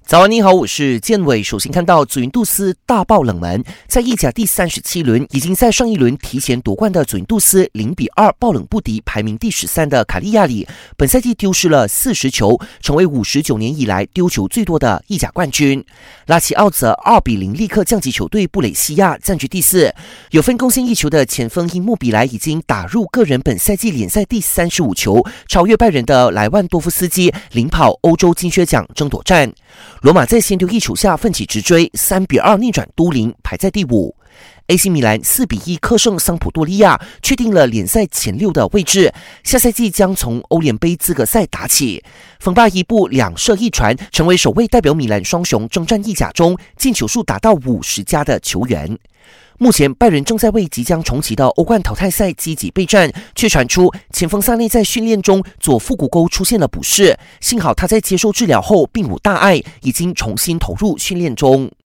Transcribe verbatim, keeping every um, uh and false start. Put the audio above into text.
早安，你好，我是建伟。首先看到祖云杜斯大爆冷门，在意甲第三十七轮，已经在上一轮提前夺冠的祖云杜斯零比二爆冷不敌排名第十三的卡利亚里，本赛季丢失了四十球，成为五十九年以来丢球最多的意甲冠军。拉齐奥则二比零立刻降级球队布雷西亚，暂居第四。有份贡献一球的前锋因莫比莱已经打入个人本赛季联赛第三十五球，超越拜仁的莱万多夫斯基，领跑欧洲金靴奖争夺战。罗马在先丢一球下奋起直追，三比二逆转都灵，排在第五。A C 米兰四比一客胜桑普多利亚，确定了联赛前六的位置。下赛季将从欧联杯资格赛打起。锋霸一步两射一传，成为首位代表米兰双雄征战意甲中进球数达到五十加的球员。目前拜仁正在为即将重启的欧冠淘汰赛积极备战，却传出前锋萨内在训练中左腹股沟出现了不适，幸好他在接受治疗后并无大碍，已经重新投入训练中。